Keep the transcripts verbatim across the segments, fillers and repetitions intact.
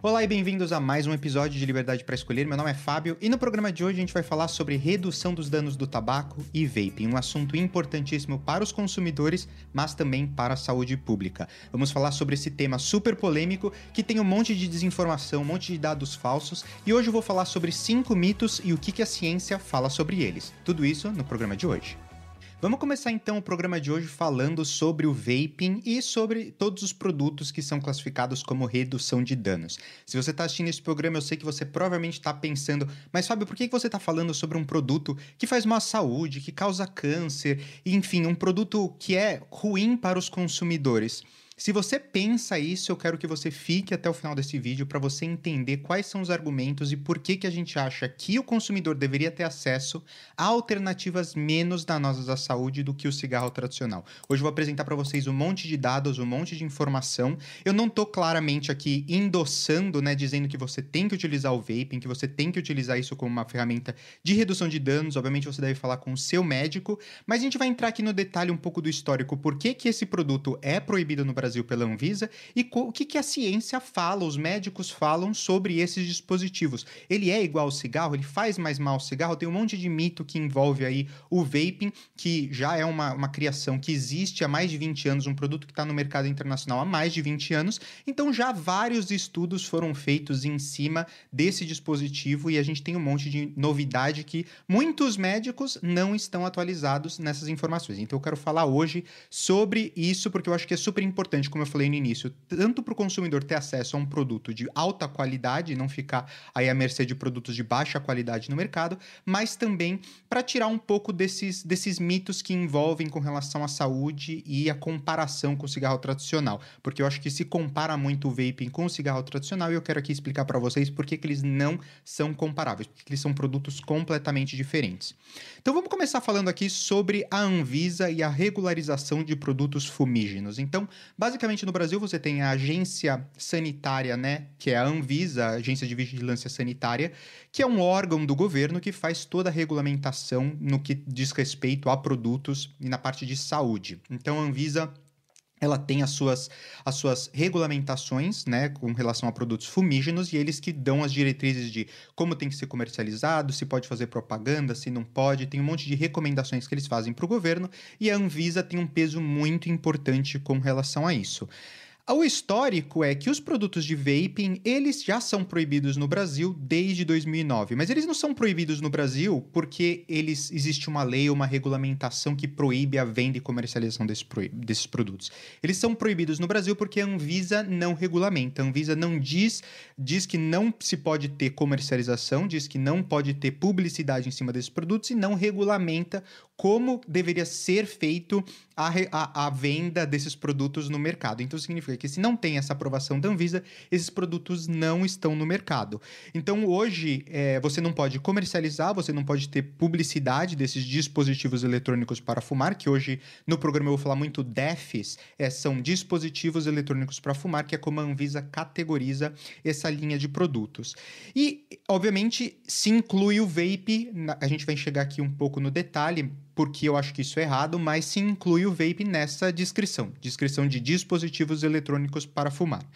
Olá e bem-vindos a mais um episódio de Liberdade para Escolher. Meu nome é Fábio e no programa de hoje a gente vai falar sobre redução dos danos do tabaco e vaping, um assunto importantíssimo para os consumidores, mas também para a saúde pública. Vamos falar sobre esse tema super polêmico que tem um monte de desinformação, um monte de dados falsos e hoje eu vou falar sobre cinco mitos e o que, que a ciência fala sobre eles. Tudo isso no programa de hoje. Vamos começar então o programa de hoje falando sobre o vaping e sobre todos os produtos que são classificados como redução de danos. Se você está assistindo esse programa, eu sei que você provavelmente está pensando, mas Fábio, por que você está falando sobre um produto que faz mal à saúde, que causa câncer, enfim, um produto que é ruim para os consumidores? Se você pensa isso, eu quero que você fique até o final desse vídeo para você entender quais são os argumentos e por que que a gente acha que o consumidor deveria ter acesso a alternativas menos danosas à saúde do que o cigarro tradicional. Hoje eu vou apresentar para vocês um monte de dados, um monte de informação. Eu não estou claramente aqui endossando, né, dizendo que você tem que utilizar o vaping, que você tem que utilizar isso como uma ferramenta de redução de danos. Obviamente você deve falar com o seu médico, mas a gente vai entrar aqui no detalhe um pouco do histórico, por que que esse produto é proibido no Brasil Brasil pela Anvisa e o que, que a ciência fala, os médicos falam sobre esses dispositivos. Ele é igual ao cigarro? Ele faz mais mal ao cigarro? Tem um monte de mito que envolve aí o vaping, que já é uma, uma criação que existe há mais de vinte anos, um produto que está no mercado internacional há mais de vinte anos, então já vários estudos foram feitos em cima desse dispositivo e a gente tem um monte de novidade que muitos médicos não estão atualizados nessas informações. Então eu quero falar hoje sobre isso porque eu acho que é super importante, como eu falei no início, tanto para o consumidor ter acesso a um produto de alta qualidade e não ficar aí à mercê de produtos de baixa qualidade no mercado, mas também para tirar um pouco desses, desses mitos que envolvem com relação à saúde e a comparação com o cigarro tradicional, porque eu acho que se compara muito o vaping com o cigarro tradicional e eu quero aqui explicar para vocês por que que eles não são comparáveis, porque eles são produtos completamente diferentes. Então vamos começar falando aqui sobre a Anvisa e a regularização de produtos fumígenos. Então, basicamente, no Brasil, você tem a agência sanitária, né, que é a Anvisa, a Agência de Vigilância Sanitária, que é um órgão do governo que faz toda a regulamentação no que diz respeito a produtos e na parte de saúde. Então, a Anvisa, ela tem as suas, as suas regulamentações, né, com relação a produtos fumígenos e eles que dão as diretrizes de como tem que ser comercializado, se pode fazer propaganda, se não pode, tem um monte de recomendações que eles fazem para o governo e a Anvisa tem um peso muito importante com relação a isso. O histórico é que os produtos de vaping, eles já são proibidos no Brasil desde dois mil e nove, mas eles não são proibidos no Brasil porque eles, existe uma lei, uma regulamentação que proíbe a venda e comercialização desse, desses produtos. Eles são proibidos no Brasil porque a Anvisa não regulamenta, a Anvisa não diz, diz que não se pode ter comercialização, diz que não pode ter publicidade em cima desses produtos e não regulamenta como deveria ser feito a, a, a venda desses produtos no mercado. Então significa que se não tem essa aprovação da Anvisa, esses produtos não estão no mercado. Então hoje é, você não pode comercializar, você não pode ter publicidade desses dispositivos eletrônicos para fumar, que hoje no programa eu vou falar muito D E Fs, é, são dispositivos eletrônicos para fumar, que é como a Anvisa categoriza essa linha de produtos. E obviamente se inclui o vape, a gente vai chegar aqui um pouco no detalhe, porque eu acho que isso é errado, mas se inclui o vape nessa descrição, descrição de dispositivos eletrônicos para fumar.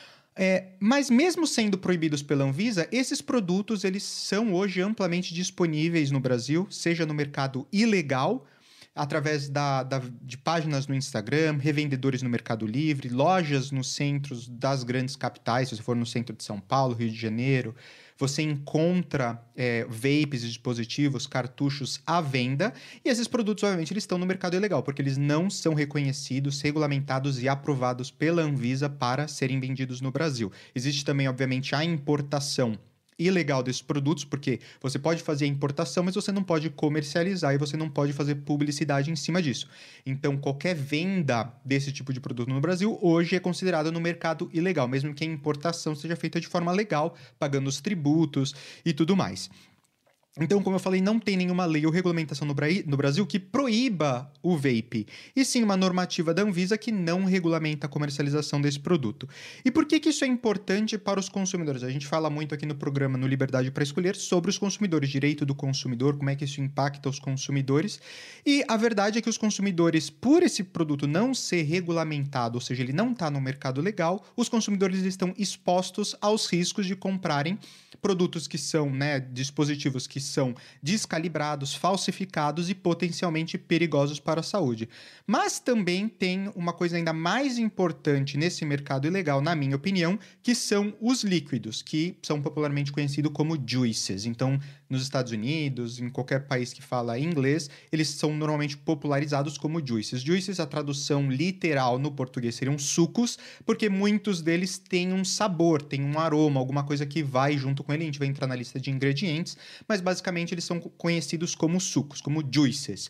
É, mas mesmo sendo proibidos pela Anvisa, esses produtos eles são hoje amplamente disponíveis no Brasil, seja no mercado ilegal, através da, da, de páginas no Instagram, revendedores no Mercado Livre, lojas nos centros das grandes capitais, se você for no centro de São Paulo, Rio de Janeiro, você encontra é, vapes, dispositivos, cartuchos à venda e esses produtos, obviamente, eles estão no mercado ilegal, porque eles não são reconhecidos, regulamentados e aprovados pela Anvisa para serem vendidos no Brasil. Existe também, obviamente, a importação ilegal desses produtos, porque você pode fazer a importação, mas você não pode comercializar e você não pode fazer publicidade em cima disso. Então, qualquer venda desse tipo de produto no Brasil hoje é considerada no mercado ilegal, mesmo que a importação seja feita de forma legal, pagando os tributos e tudo mais. Então, como eu falei, não tem nenhuma lei ou regulamentação no, Bra- no Brasil que proíba o vape, e sim uma normativa da Anvisa que não regulamenta a comercialização desse produto. E por que que isso é importante para os consumidores? A gente fala muito aqui no programa No Liberdade para Escolher sobre os consumidores, direito do consumidor, como é que isso impacta os consumidores. E a verdade é que os consumidores, por esse produto não ser regulamentado, ou seja, ele não está no mercado legal, os consumidores estão expostos aos riscos de comprarem produtos que são, né, dispositivos que são descalibrados, falsificados e potencialmente perigosos para a saúde. Mas também tem uma coisa ainda mais importante nesse mercado ilegal, na minha opinião, que são os líquidos, que são popularmente conhecidos como juices. Então, nos Estados Unidos, em qualquer país que fala inglês, eles são normalmente popularizados como juices. Juices, a tradução literal no português seriam sucos, porque muitos deles têm um sabor, têm um aroma, alguma coisa que vai junto com ele. A gente vai entrar na lista de ingredientes, mas basicamente eles são conhecidos como sucos, como juices.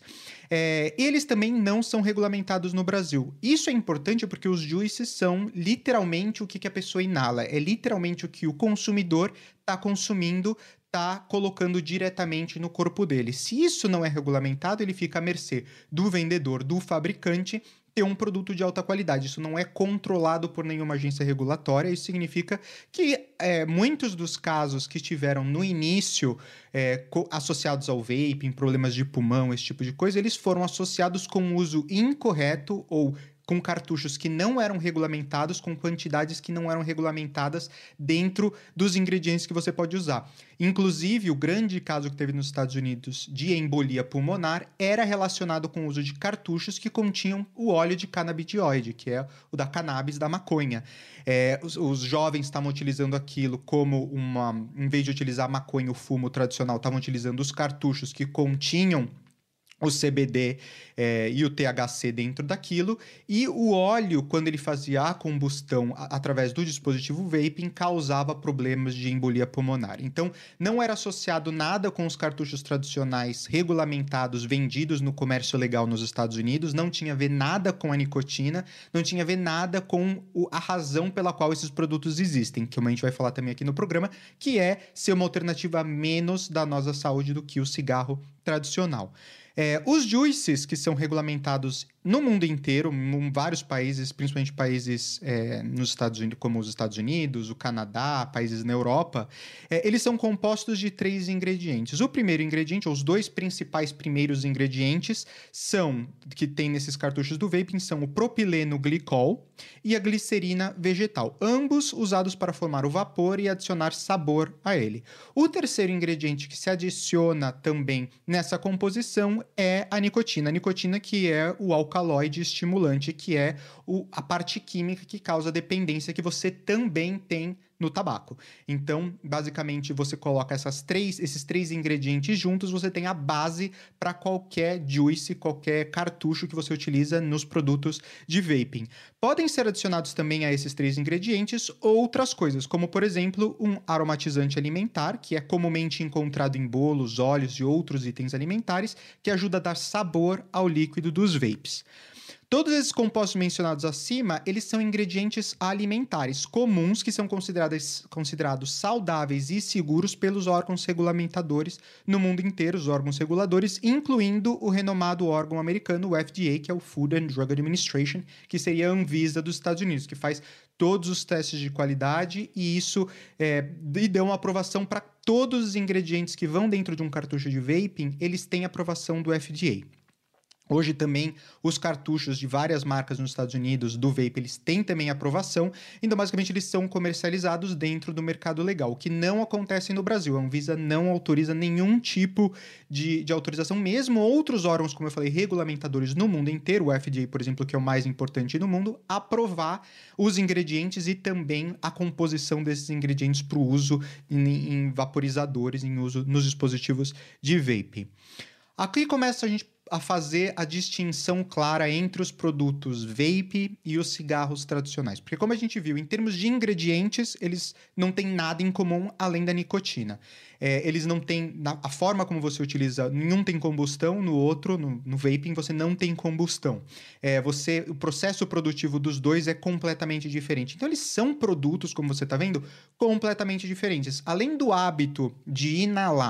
É, eles também não são regulamentados no Brasil. Isso é importante porque os juices são literalmente o que, que a pessoa inala, é literalmente o que o consumidor está consumindo, está colocando diretamente no corpo dele. Se isso não é regulamentado, ele fica à mercê do vendedor, do fabricante, ter um produto de alta qualidade. Isso não é controlado por nenhuma agência regulatória. Isso significa que é, muitos dos casos que tiveram no início é, associados ao vaping, problemas de pulmão, esse tipo de coisa, eles foram associados com uso incorreto ou com cartuchos que não eram regulamentados, com quantidades que não eram regulamentadas dentro dos ingredientes que você pode usar. Inclusive, o grande caso que teve nos Estados Unidos de embolia pulmonar era relacionado com o uso de cartuchos que continham o óleo de canabidioide, que é o da cannabis, da maconha. É, os, os jovens estavam utilizando aquilo como uma... Em vez de utilizar a maconha, o fumo tradicional, estavam utilizando os cartuchos que continham o C B D é, e o T H C dentro daquilo, e o óleo, quando ele fazia a combustão a, através do dispositivo vaping, causava problemas de embolia pulmonar. Então, não era associado nada com os cartuchos tradicionais regulamentados, vendidos no comércio legal nos Estados Unidos, não tinha a ver nada com a nicotina, não tinha a ver nada com o, a razão pela qual esses produtos existem, que a gente vai falar também aqui no programa, que é ser uma alternativa menos danosa à saúde do que o cigarro tradicional. É, os juices, que são regulamentados no mundo inteiro, em vários países, principalmente países é, nos Estados Unidos, como os Estados Unidos, o Canadá, países na Europa, é, eles são compostos de três ingredientes. O primeiro ingrediente, ou os dois principais primeiros ingredientes, são, que tem nesses cartuchos do vaping, são o propileno glicol e a glicerina vegetal, ambos usados para formar o vapor e adicionar sabor a ele. O terceiro ingrediente que se adiciona também nessa composição é a nicotina. A nicotina, que é o alcaloide estimulante, que é o, a parte química que causa dependência que você também tem no tabaco. Então, basicamente, você coloca essas três, esses três ingredientes juntos, você tem a base para qualquer juice, qualquer cartucho que você utiliza nos produtos de vaping. Podem ser adicionados também a esses três ingredientes outras coisas, como, por exemplo, um aromatizante alimentar, que é comumente encontrado em bolos, óleos e outros itens alimentares, que ajuda a dar sabor ao líquido dos vapes. Todos esses compostos mencionados acima, eles são ingredientes alimentares comuns que são considerados, considerados saudáveis e seguros pelos órgãos regulamentadores no mundo inteiro, os órgãos reguladores, incluindo o renomado órgão americano, o F D A, que é o Food and Drug Administration, que seria a Anvisa dos Estados Unidos, que faz todos os testes de qualidade e isso é, e dão uma aprovação para todos os ingredientes que vão dentro de um cartucho de vaping, eles têm aprovação do F D A. Hoje também os cartuchos de várias marcas nos Estados Unidos do vape, eles têm também aprovação, então basicamente eles são comercializados dentro do mercado legal, o que não acontece no Brasil. A Anvisa não autoriza nenhum tipo de, de autorização, mesmo outros órgãos, como eu falei, regulamentadores no mundo inteiro, o F D A, por exemplo, que é o mais importante no mundo, aprovar os ingredientes e também a composição desses ingredientes para o uso em, em vaporizadores, em uso nos dispositivos de vape. Aqui começa a gente a fazer a distinção clara entre os produtos vape e os cigarros tradicionais. Porque como a gente viu, em termos de ingredientes, eles não têm nada em comum além da nicotina. É, eles não têm... A forma como você utiliza, nenhum tem combustão, no outro, no, no vaping, você não tem combustão. É, você, o processo produtivo dos dois é completamente diferente. Então, eles são produtos, como você está vendo, completamente diferentes. Além do hábito de inalar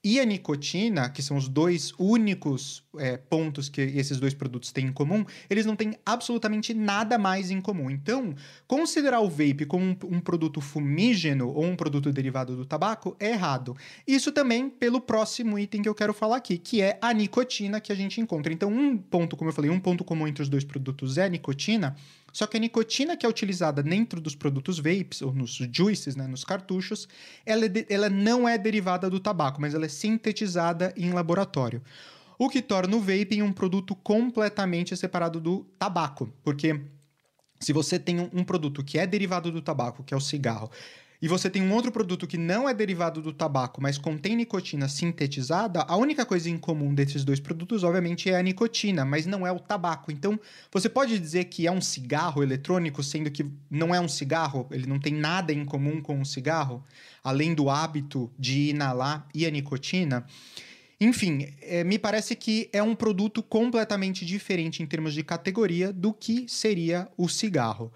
e a nicotina, que são os dois únicos é, pontos que esses dois produtos têm em comum, eles não têm absolutamente nada mais em comum. Então, considerar o vape como um, um produto fumígeno ou um produto derivado do tabaco é errado. Isso também pelo próximo item que eu quero falar aqui, que é a nicotina que a gente encontra. Então, um ponto, como eu falei, um ponto comum entre os dois produtos é a nicotina, só que a nicotina que é utilizada dentro dos produtos vapes, ou nos juices, né, nos cartuchos, ela, é de, ela não é derivada do tabaco, mas ela é sintetizada em laboratório. O que torna o vaping um produto completamente separado do tabaco, porque se você tem um, um produto que é derivado do tabaco, que é o cigarro, e você tem um outro produto que não é derivado do tabaco, mas contém nicotina sintetizada, a única coisa em comum desses dois produtos, obviamente, é a nicotina, mas não é o tabaco. Então, você pode dizer que é um cigarro eletrônico, sendo que não é um cigarro, ele não tem nada em comum com um cigarro, além do hábito de inalar e a nicotina. Enfim, é, me parece que é um produto completamente diferente em termos de categoria do que seria o cigarro.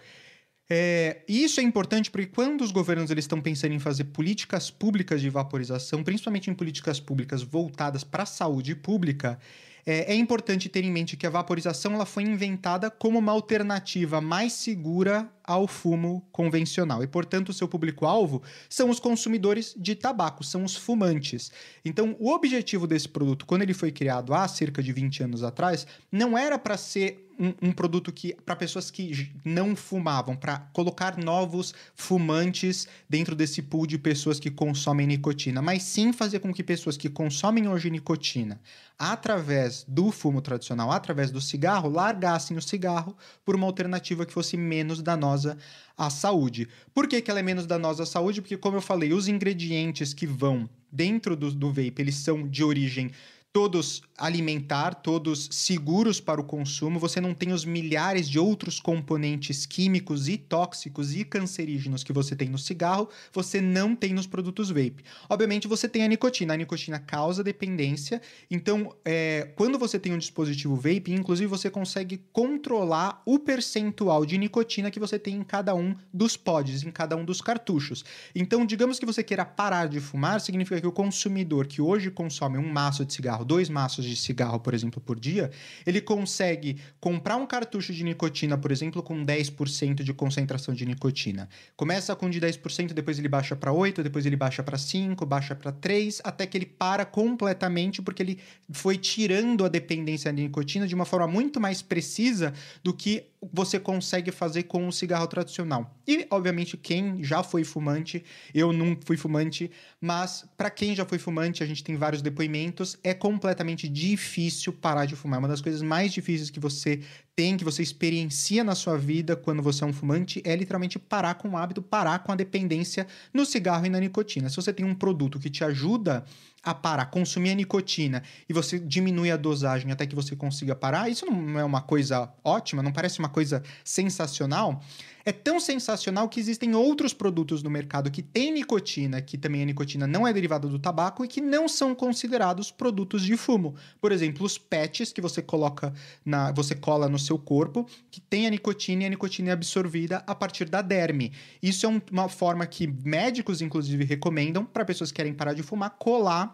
É, e isso é importante porque quando os governos eles estão pensando em fazer políticas públicas de vaporização, principalmente em políticas públicas voltadas para a saúde pública, é, é importante ter em mente que a vaporização ela foi inventada como uma alternativa mais segura ao fumo convencional. E, portanto, o seu público-alvo são os consumidores de tabaco, são os fumantes. Então, o objetivo desse produto, quando ele foi criado há cerca de vinte anos atrás, não era para ser Um, um produto que para pessoas que não fumavam, para colocar novos fumantes dentro desse pool de pessoas que consomem nicotina, mas sim fazer com que pessoas que consomem hoje nicotina através do fumo tradicional, através do cigarro, largassem o cigarro por uma alternativa que fosse menos danosa à saúde. Por que que ela é menos danosa à saúde? Porque, como eu falei, os ingredientes que vão dentro do, do vape, eles são de origem todos alimentar, todos seguros para o consumo, você não tem os milhares de outros componentes químicos e tóxicos e cancerígenos que você tem no cigarro, você não tem nos produtos vape. Obviamente você tem a nicotina, a nicotina causa dependência, então é, quando você tem um dispositivo vape, inclusive você consegue controlar o percentual de nicotina que você tem em cada um dos pods, em cada um dos cartuchos. Então, digamos que você queira parar de fumar, significa que o consumidor que hoje consome um maço de cigarro, dois maços de cigarro, por exemplo, por dia, ele consegue comprar um cartucho de nicotina, por exemplo, com dez por cento de concentração de nicotina. Começa com de dez por cento, depois ele baixa para oito por cento, depois ele baixa para cinco por cento, baixa para três por cento, até que ele para completamente, porque ele foi tirando a dependência de nicotina de uma forma muito mais precisa do que você consegue fazer com o cigarro tradicional. E, obviamente, quem já foi fumante, eu não fui fumante, mas para quem já foi fumante, a gente tem vários depoimentos, é completamente difícil parar de fumar. Uma das coisas mais difíceis que você tem, que você experiencia na sua vida quando você é um fumante, é literalmente parar com o hábito, parar com a dependência no cigarro e na nicotina. Se você tem um produto que te ajuda a parar, consumir a nicotina e você diminui a dosagem até que você consiga parar, isso não é uma coisa ótima, não parece uma coisa sensacional? É tão sensacional que existem outros produtos no mercado que têm nicotina, que também a nicotina não é derivada do tabaco e que não são considerados produtos de fumo. Por exemplo, os patches que você coloca na, você cola no seu corpo, que tem a nicotina e a nicotina é absorvida a partir da derme. Isso é um, uma forma que médicos, inclusive, recomendam para pessoas que querem parar de fumar, colar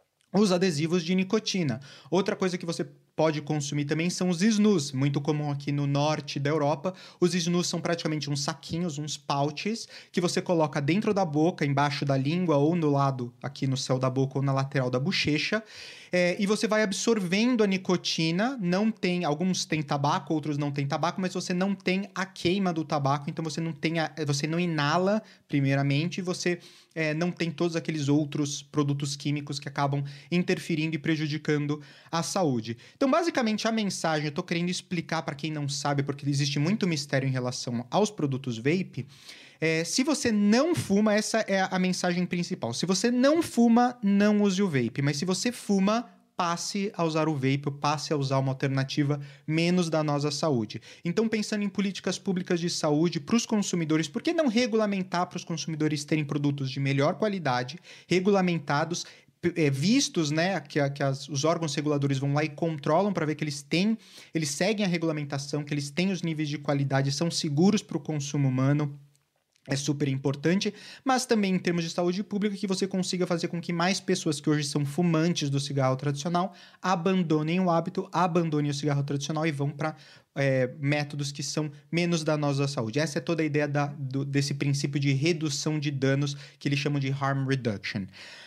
os adesivos de nicotina. Outra coisa que você pode consumir também são os snus, muito comum aqui no norte da Europa. Os snus são praticamente uns saquinhos, uns pouches, que você coloca dentro da boca, embaixo da língua, ou no lado, aqui no céu da boca, ou na lateral da bochecha. É, e você vai absorvendo a nicotina, não tem, alguns têm tabaco, outros não têm tabaco, mas você não tem a queima do tabaco, então você não tem a, você não inala, primeiramente, e você é, não tem todos aqueles outros produtos químicos que acabam interferindo e prejudicando a saúde. Então, basicamente, a mensagem, eu estou querendo explicar para quem não sabe, porque existe muito mistério em relação aos produtos vape. É, se você não fuma, essa é a mensagem principal. Se você não fuma, não use o vape. Mas se você fuma, passe a usar o vape, passe a usar uma alternativa menos danosa à saúde. Então, pensando em políticas públicas de saúde para os consumidores, por que não regulamentar para os consumidores terem produtos de melhor qualidade, regulamentados, É, vistos, né, que, a, que as, os órgãos reguladores vão lá e controlam para ver que eles têm, eles seguem a regulamentação, que eles têm os níveis de qualidade, são seguros para o consumo humano. é super importante, mas também em termos de saúde pública, que você consiga fazer com que mais pessoas que hoje são fumantes do cigarro tradicional abandonem o hábito, abandonem o cigarro tradicional e vão para é, métodos que são menos danosos à saúde. Essa é toda a ideia da, do, desse princípio de redução de danos que eles chamam de harm reduction.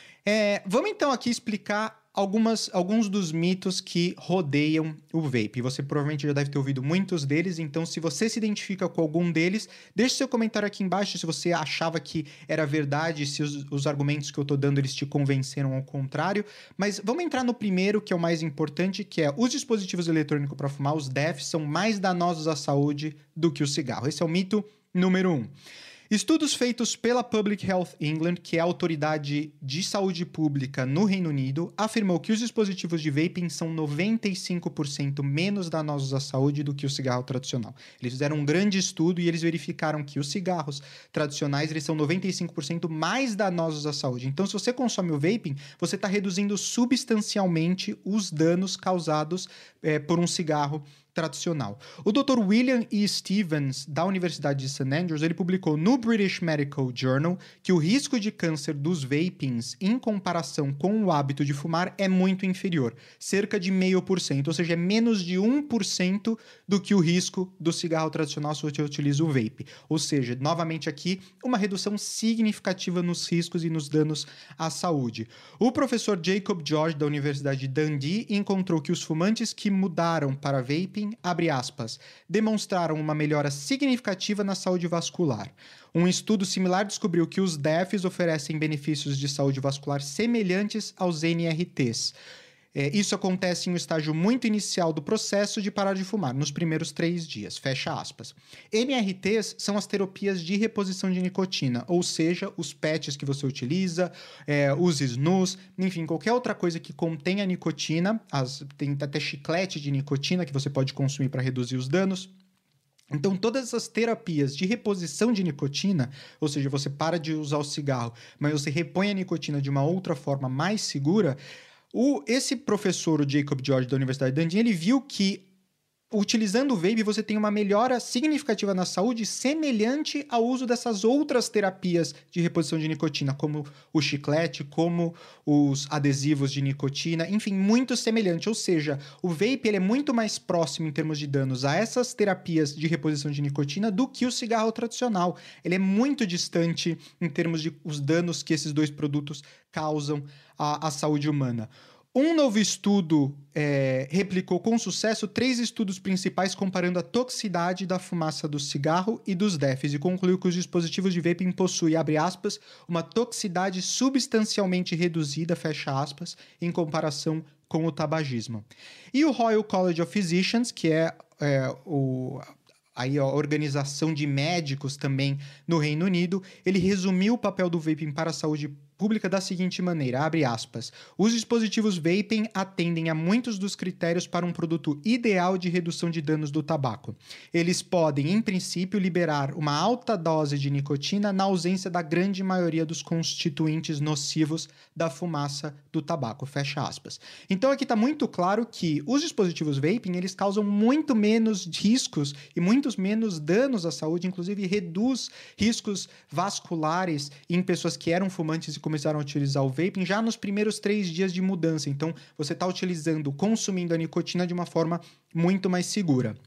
É, vamos então aqui explicar algumas, alguns dos mitos que rodeiam o vape. Você provavelmente já deve ter ouvido muitos deles, então se você se identifica com algum deles, deixe seu comentário aqui embaixo se você achava que era verdade, se os, os argumentos que eu tô dando eles te convenceram ao contrário. Mas vamos entrar no primeiro, que é o mais importante, que é os dispositivos eletrônicos para fumar, os D E F, são mais danosos à saúde do que o cigarro. Esse é o mito número um. Estudos feitos pela Public Health England, que é a autoridade de saúde pública no Reino Unido, afirmou que os dispositivos de vaping são noventa e cinco por cento menos danosos à saúde do que o cigarro tradicional. Eles fizeram um grande estudo e eles verificaram que os cigarros tradicionais eles são noventa e cinco por cento mais danosos à saúde. Então, se você consome o vaping, você está reduzindo substancialmente os danos causados é, por um cigarro tradicional. O doutor William E. Stevens, da Universidade de Saint Andrews, ele publicou no British Medical Journal que o risco de câncer dos vapings em comparação com o hábito de fumar é muito inferior, cerca de zero vírgula cinco por cento, ou seja, é menos de um por cento do que o risco do cigarro tradicional se você utiliza o vape. Ou seja, novamente aqui, uma redução significativa nos riscos e nos danos à saúde. O professor Jacob George, da Universidade de Dundee, encontrou que os fumantes que mudaram para vaping, abre aspas, demonstraram uma melhora significativa na saúde vascular. Um estudo similar descobriu que os D E Fs oferecem benefícios de saúde vascular semelhantes aos N R Ts. É, isso acontece em um estágio muito inicial do processo de parar de fumar, nos primeiros três dias, fecha aspas. N R Ts são as terapias de reposição de nicotina, ou seja, os patches que você utiliza, é, os snus, enfim, qualquer outra coisa que contenha nicotina, as, tem até chiclete de nicotina que você pode consumir para reduzir os danos. Então, todas essas terapias de reposição de nicotina, ou seja, você para de usar o cigarro, mas você repõe a nicotina de uma outra forma mais segura. O, esse professor, o Jacob George, da Universidade de Dundee, ele viu que utilizando o vape você tem uma melhora significativa na saúde semelhante ao uso dessas outras terapias de reposição de nicotina, como o chiclete, como os adesivos de nicotina, enfim, muito semelhante. Ou seja, o vape ele é muito mais próximo em termos de danos a essas terapias de reposição de nicotina do que o cigarro tradicional. Ele é muito distante em termos de os danos que esses dois produtos causam à, à saúde humana. Um novo estudo é, replicou com sucesso três estudos principais comparando a toxicidade da fumaça do cigarro e dos D E Fs e concluiu que os dispositivos de vaping possuem, abre aspas, uma toxicidade substancialmente reduzida, fecha aspas, em comparação com o tabagismo. E o Royal College of Physicians, que é, é o... aí a organização de médicos também no Reino Unido, ele resumiu o papel do vaping para a saúde pública da seguinte maneira, abre aspas, os dispositivos vaping atendem a muitos dos critérios para um produto ideal de redução de danos do tabaco. Eles podem, em princípio, liberar uma alta dose de nicotina na ausência da grande maioria dos constituintes nocivos da fumaça do tabaco, fecha aspas. Então aqui está muito claro que os dispositivos vaping, eles causam muito menos riscos e muitos menos danos à saúde, inclusive reduz riscos vasculares em pessoas que eram fumantes e começaram a utilizar o vaping já nos primeiros três dias de mudança. Então, você está utilizando, consumindo a nicotina de uma forma muito mais segura.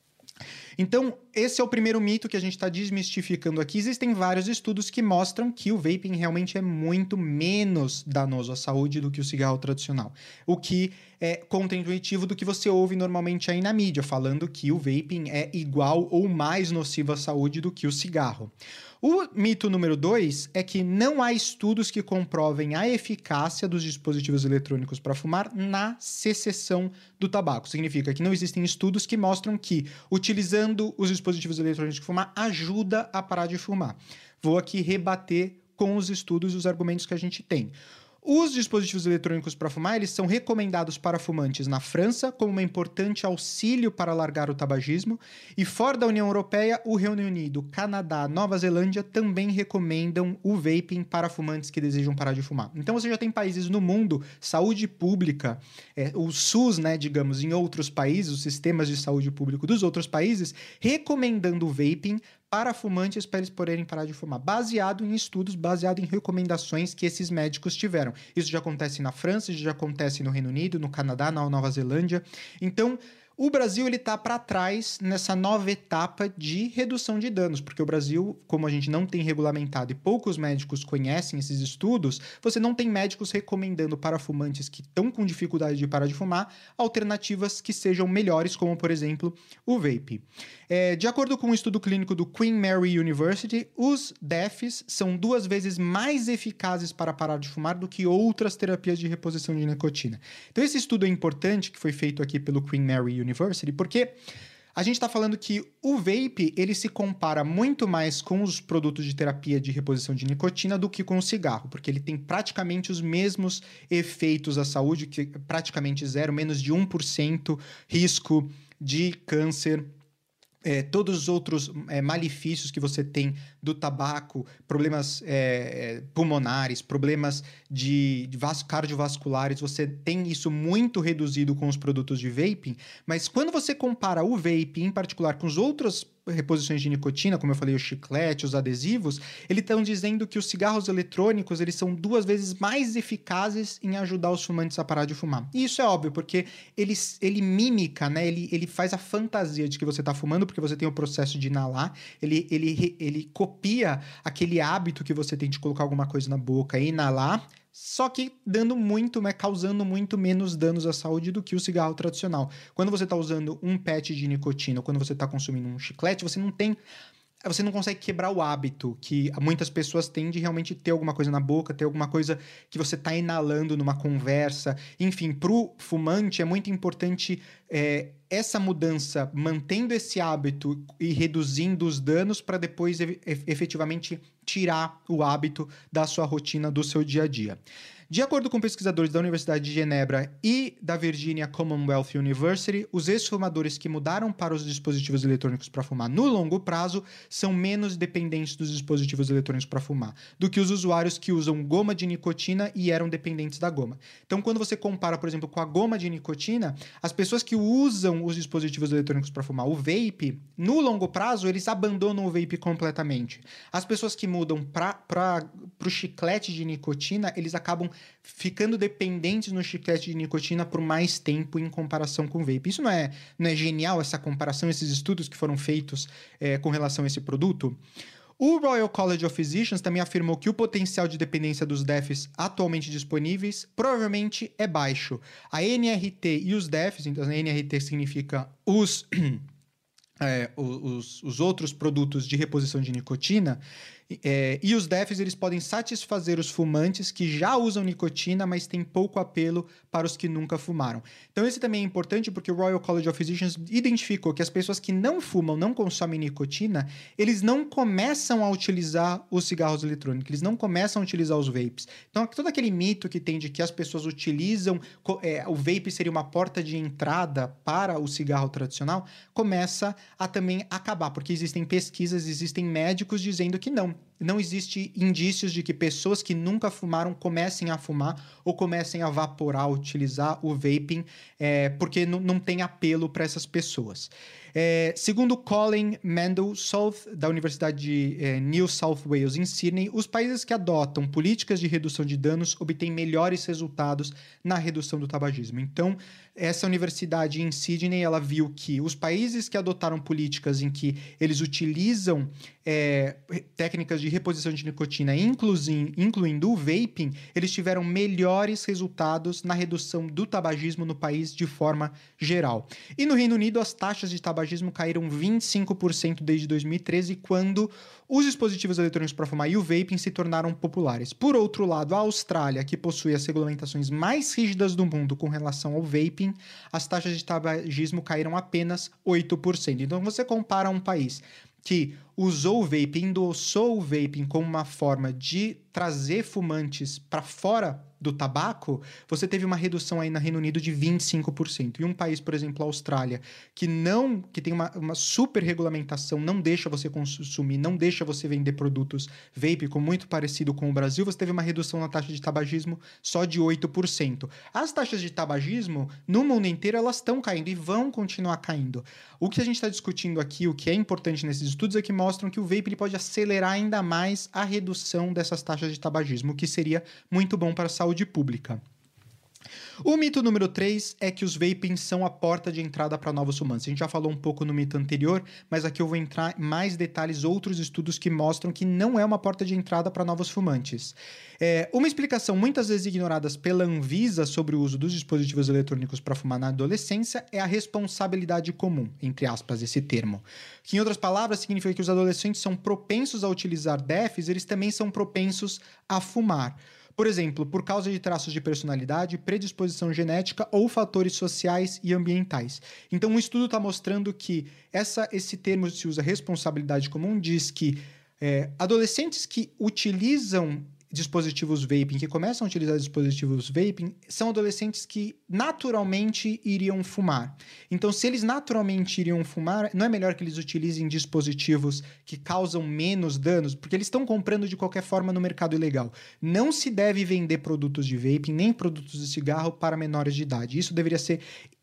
Então, esse é o primeiro mito que a gente está desmistificando aqui. Existem vários estudos que mostram que o vaping realmente é muito menos danoso à saúde do que o cigarro tradicional. O que é contraintuitivo do que você ouve normalmente aí na mídia, falando que o vaping é igual ou mais nocivo à saúde do que o cigarro. O mito número dois é que não há estudos que comprovem a eficácia dos dispositivos eletrônicos para fumar na cessação do tabaco. Significa que não existem estudos que mostram que utilizando os dispositivos eletrônicos para fumar ajuda a parar de fumar. Vou aqui rebater com os estudos e os argumentos que a gente tem. Os dispositivos eletrônicos para fumar, eles são recomendados para fumantes na França como um importante auxílio para largar o tabagismo e fora da União Europeia, o Reino Unido, Canadá, Nova Zelândia também recomendam o vaping para fumantes que desejam parar de fumar. Então você já tem países no mundo, saúde pública, é, o SUS, né, digamos, em outros países, os sistemas de saúde pública dos outros países, recomendando o vaping para fumantes para eles poderem parar de fumar, baseado em estudos, baseado em recomendações que esses médicos tiveram. Isso já acontece na França, isso já acontece no Reino Unido, no Canadá, na Nova Zelândia. Então, o Brasil ele está para trás nessa nova etapa de redução de danos, porque o Brasil, como a gente não tem regulamentado e poucos médicos conhecem esses estudos, você não tem médicos recomendando para fumantes que estão com dificuldade de parar de fumar alternativas que sejam melhores, como, por exemplo, o vape. É, de acordo com um estudo clínico do Queen Mary University, os D E Fs são duas vezes mais eficazes para parar de fumar do que outras terapias de reposição de nicotina. Então, esse estudo é importante, que foi feito aqui pelo Queen Mary University, porque a gente está falando que o vape ele se compara muito mais com os produtos de terapia de reposição de nicotina do que com o cigarro, porque ele tem praticamente os mesmos efeitos à saúde, que praticamente zero, menos de um por cento risco de câncer. É, todos os outros é, malefícios que você tem do tabaco, problemas é, pulmonares, problemas de, de vas- cardiovasculares, você tem isso muito reduzido com os produtos de vaping, mas quando você compara o vape, em particular, com os outros reposições de nicotina, como eu falei, o chiclete, os adesivos, eles estão dizendo que os cigarros eletrônicos eles são duas vezes mais eficazes em ajudar os fumantes a parar de fumar. E isso é óbvio, porque ele, ele mímica, né? ele, ele faz a fantasia de que você está fumando, porque você tem o processo de inalar, ele, ele, ele copia aquele hábito que você tem de colocar alguma coisa na boca e inalar, só que dando muito, né, causando muito menos danos à saúde do que o cigarro tradicional. Quando você está usando um patch de nicotina ou quando você está consumindo um chiclete, você não tem... Você não consegue quebrar o hábito que muitas pessoas têm de realmente ter alguma coisa na boca, ter alguma coisa que você está inalando numa conversa. Enfim, para o fumante é muito importante é, essa mudança, mantendo esse hábito e reduzindo os danos para depois efetivamente tirar o hábito da sua rotina, do seu dia a dia. De acordo com pesquisadores da Universidade de Genebra e da Virginia Commonwealth University, os ex-fumadores que mudaram para os dispositivos eletrônicos para fumar no longo prazo são menos dependentes dos dispositivos eletrônicos para fumar do que os usuários que usam goma de nicotina e eram dependentes da goma. Então, quando você compara, por exemplo, com a goma de nicotina, as pessoas que usam os dispositivos eletrônicos para fumar, o vape, no longo prazo, eles abandonam o vape completamente. As pessoas que mudam para o chiclete de nicotina, eles acabam ficando dependentes no chiclete de nicotina por mais tempo em comparação com o vape. Isso não é, não é genial, essa comparação, esses estudos que foram feitos é, com relação a esse produto? O Royal College of Physicians também afirmou que o potencial de dependência dos D E Fs atualmente disponíveis provavelmente é baixo. A N R T e os D E Fs, então a N R T significa os... É, os, os outros produtos de reposição de nicotina, é, e os D E Fs eles podem satisfazer os fumantes que já usam nicotina, mas têm pouco apelo para os que nunca fumaram. Então esse também é importante porque o Royal College of Physicians identificou que as pessoas que não fumam, não consomem nicotina, eles não começam a utilizar os cigarros eletrônicos, eles não começam a utilizar os vapes. Então todo aquele mito que tem de que as pessoas utilizam, é, o vape seria uma porta de entrada para o cigarro tradicional, começa a também acabar, porque existem pesquisas, existem médicos dizendo que não. Não existe indícios de que pessoas que nunca fumaram comecem a fumar ou comecem a vaporar, utilizar o vaping, é, porque não tem apelo para essas pessoas. É, segundo Colin Mendel-South, da Universidade de é, New South Wales, em Sydney, os países que adotam políticas de redução de danos obtêm melhores resultados na redução do tabagismo. Então, essa universidade em Sydney, ela viu que os países que adotaram políticas em que eles utilizam é, técnicas de reposição de nicotina, incluindo o vaping, eles tiveram melhores resultados na redução do tabagismo no país de forma geral. E no Reino Unido, as taxas de tabagismo caíram vinte e cinco por cento desde dois mil e treze, quando os dispositivos eletrônicos para fumar e o vaping se tornaram populares. Por outro lado, a Austrália, que possui as regulamentações mais rígidas do mundo com relação ao vaping, as taxas de tabagismo caíram apenas oito por cento. Então, você compara um país que usou o vaping, endossou o vaping como uma forma de trazer fumantes para fora do tabaco, você teve uma redução aí no Reino Unido de vinte e cinco por cento. E um país, por exemplo, a Austrália, que não, que tem uma, uma super regulamentação, não deixa você consumir, não deixa você vender produtos vape, com muito parecido com o Brasil, você teve uma redução na taxa de tabagismo só de oito por cento. As taxas de tabagismo, no mundo inteiro, elas estão caindo e vão continuar caindo. O que a gente está discutindo aqui, o que é importante nesses estudos, é que mostram que o vape ele pode acelerar ainda mais a redução dessas taxas de tabagismo, o que seria muito bom para a saúde pública. O mito número três é que os vapings são a porta de entrada para novos fumantes. A gente já falou um pouco no mito anterior, mas aqui eu vou entrar em mais detalhes, outros estudos que mostram que não é uma porta de entrada para novos fumantes. É, uma explicação muitas vezes ignorada pela Anvisa sobre o uso dos dispositivos eletrônicos para fumar na adolescência é a responsabilidade comum, entre aspas, esse termo. Que, em outras palavras, significa que os adolescentes são propensos a utilizar D E Fs, eles também são propensos a fumar. Por exemplo, por causa de traços de personalidade, predisposição genética ou fatores sociais e ambientais. Então, um estudo está mostrando que essa, esse termo se usa responsabilidade comum, diz que é, adolescentes que utilizam dispositivos vaping, que começam a utilizar dispositivos vaping, são adolescentes que naturalmente iriam fumar. Então, se eles naturalmente iriam fumar, não é melhor que eles utilizem dispositivos que causam menos danos? Porque eles estão comprando de qualquer forma no mercado ilegal. Não se deve vender produtos de vaping, nem produtos de cigarro para menores de idade. Isso deveria ser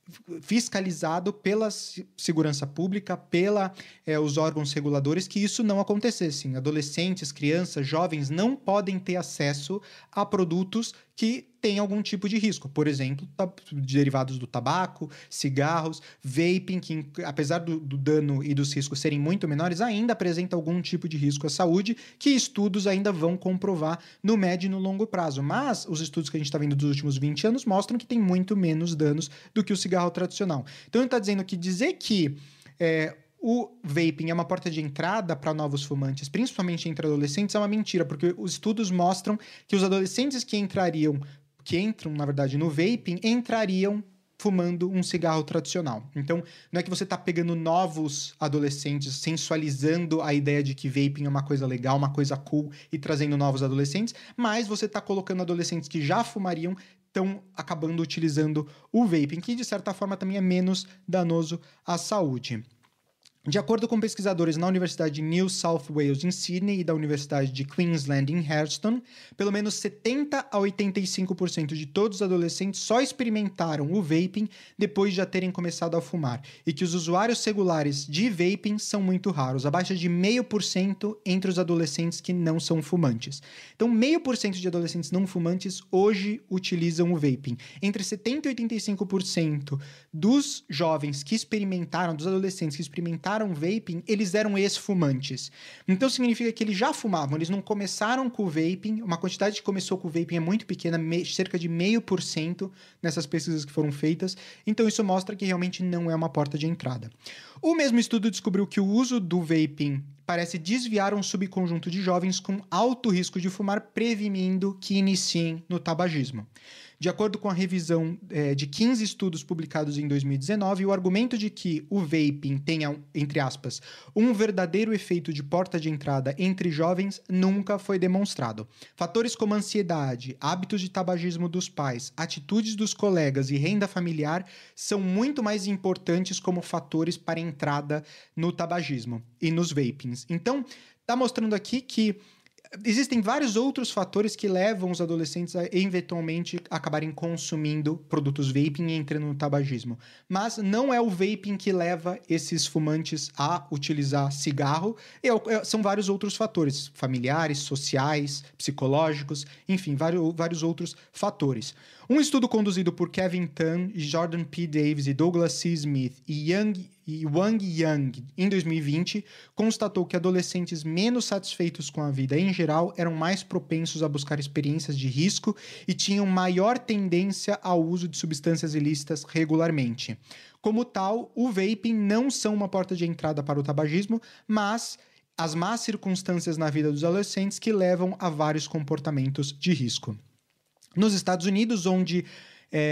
fiscalizado pela segurança pública, pela é, os órgãos reguladores, que isso não acontecesse. Adolescentes, crianças, jovens não podem ter acesso a produtos que têm algum tipo de risco. Por exemplo, derivados do tabaco, cigarros, vaping, que apesar do, do dano e dos riscos serem muito menores, ainda apresenta algum tipo de risco à saúde, que estudos ainda vão comprovar no médio e no longo prazo. Mas os estudos que a gente está vendo dos últimos vinte anos mostram que tem muito menos danos do que o cigarro tradicional. Então ele está dizendo que dizer que é, o vaping é uma porta de entrada para novos fumantes, principalmente entre adolescentes, é uma mentira, porque os estudos mostram que os adolescentes que entrariam, que entram, na verdade, no vaping, entrariam fumando um cigarro tradicional. Então, não é que você está pegando novos adolescentes, sensualizando a ideia de que vaping é uma coisa legal, uma coisa cool, e trazendo novos adolescentes, mas você está colocando adolescentes que já fumariam, estão acabando utilizando o vaping, que de certa forma também é menos danoso à saúde. De acordo com pesquisadores na Universidade de New South Wales, em Sydney, e da Universidade de Queensland, em Hertfordshire, pelo menos setenta a oitenta e cinco por cento de todos os adolescentes só experimentaram o vaping depois de já terem começado a fumar, e que os usuários regulares de vaping são muito raros, abaixo de zero vírgula cinco por cento entre os adolescentes que não são fumantes. Então, zero vírgula cinco por cento de adolescentes não fumantes hoje utilizam o vaping. Entre setenta e oitenta e cinco por cento dos jovens que experimentaram, dos adolescentes que experimentaram vaping, eles eram ex-fumantes. Então significa que eles já fumavam, eles não começaram com o vaping, uma quantidade que começou com o vaping é muito pequena, me, cerca de zero vírgula cinco por cento nessas pesquisas que foram feitas, então isso mostra que realmente não é uma porta de entrada. O mesmo estudo descobriu que o uso do vaping parece desviar um subconjunto de jovens com alto risco de fumar, prevenindo que iniciem no tabagismo. De acordo com a revisão é, de quinze estudos publicados em dois mil e dezenove, o argumento de que o vaping tenha, entre aspas, um verdadeiro efeito de porta de entrada entre jovens nunca foi demonstrado. Fatores como ansiedade, hábitos de tabagismo dos pais, atitudes dos colegas e renda familiar são muito mais importantes como fatores para a entrada no tabagismo e nos vapings. Então, está mostrando aqui que existem vários outros fatores que levam os adolescentes a eventualmente acabarem consumindo produtos vaping e entrando no tabagismo. Mas não é o vaping que leva esses fumantes a utilizar cigarro, é, são vários outros fatores, familiares, sociais, psicológicos, enfim, vários, vários outros fatores. Um estudo conduzido por Kevin Tan, Jordan P. Davis e Douglas C. Smith e, Young, e Wang Yang, em dois mil e vinte, constatou que adolescentes menos satisfeitos com a vida em geral eram mais propensos a buscar experiências de risco e tinham maior tendência ao uso de substâncias ilícitas regularmente. Como tal, o vaping não são uma porta de entrada para o tabagismo, mas as más circunstâncias na vida dos adolescentes que levam a vários comportamentos de risco. Nos Estados Unidos, onde é,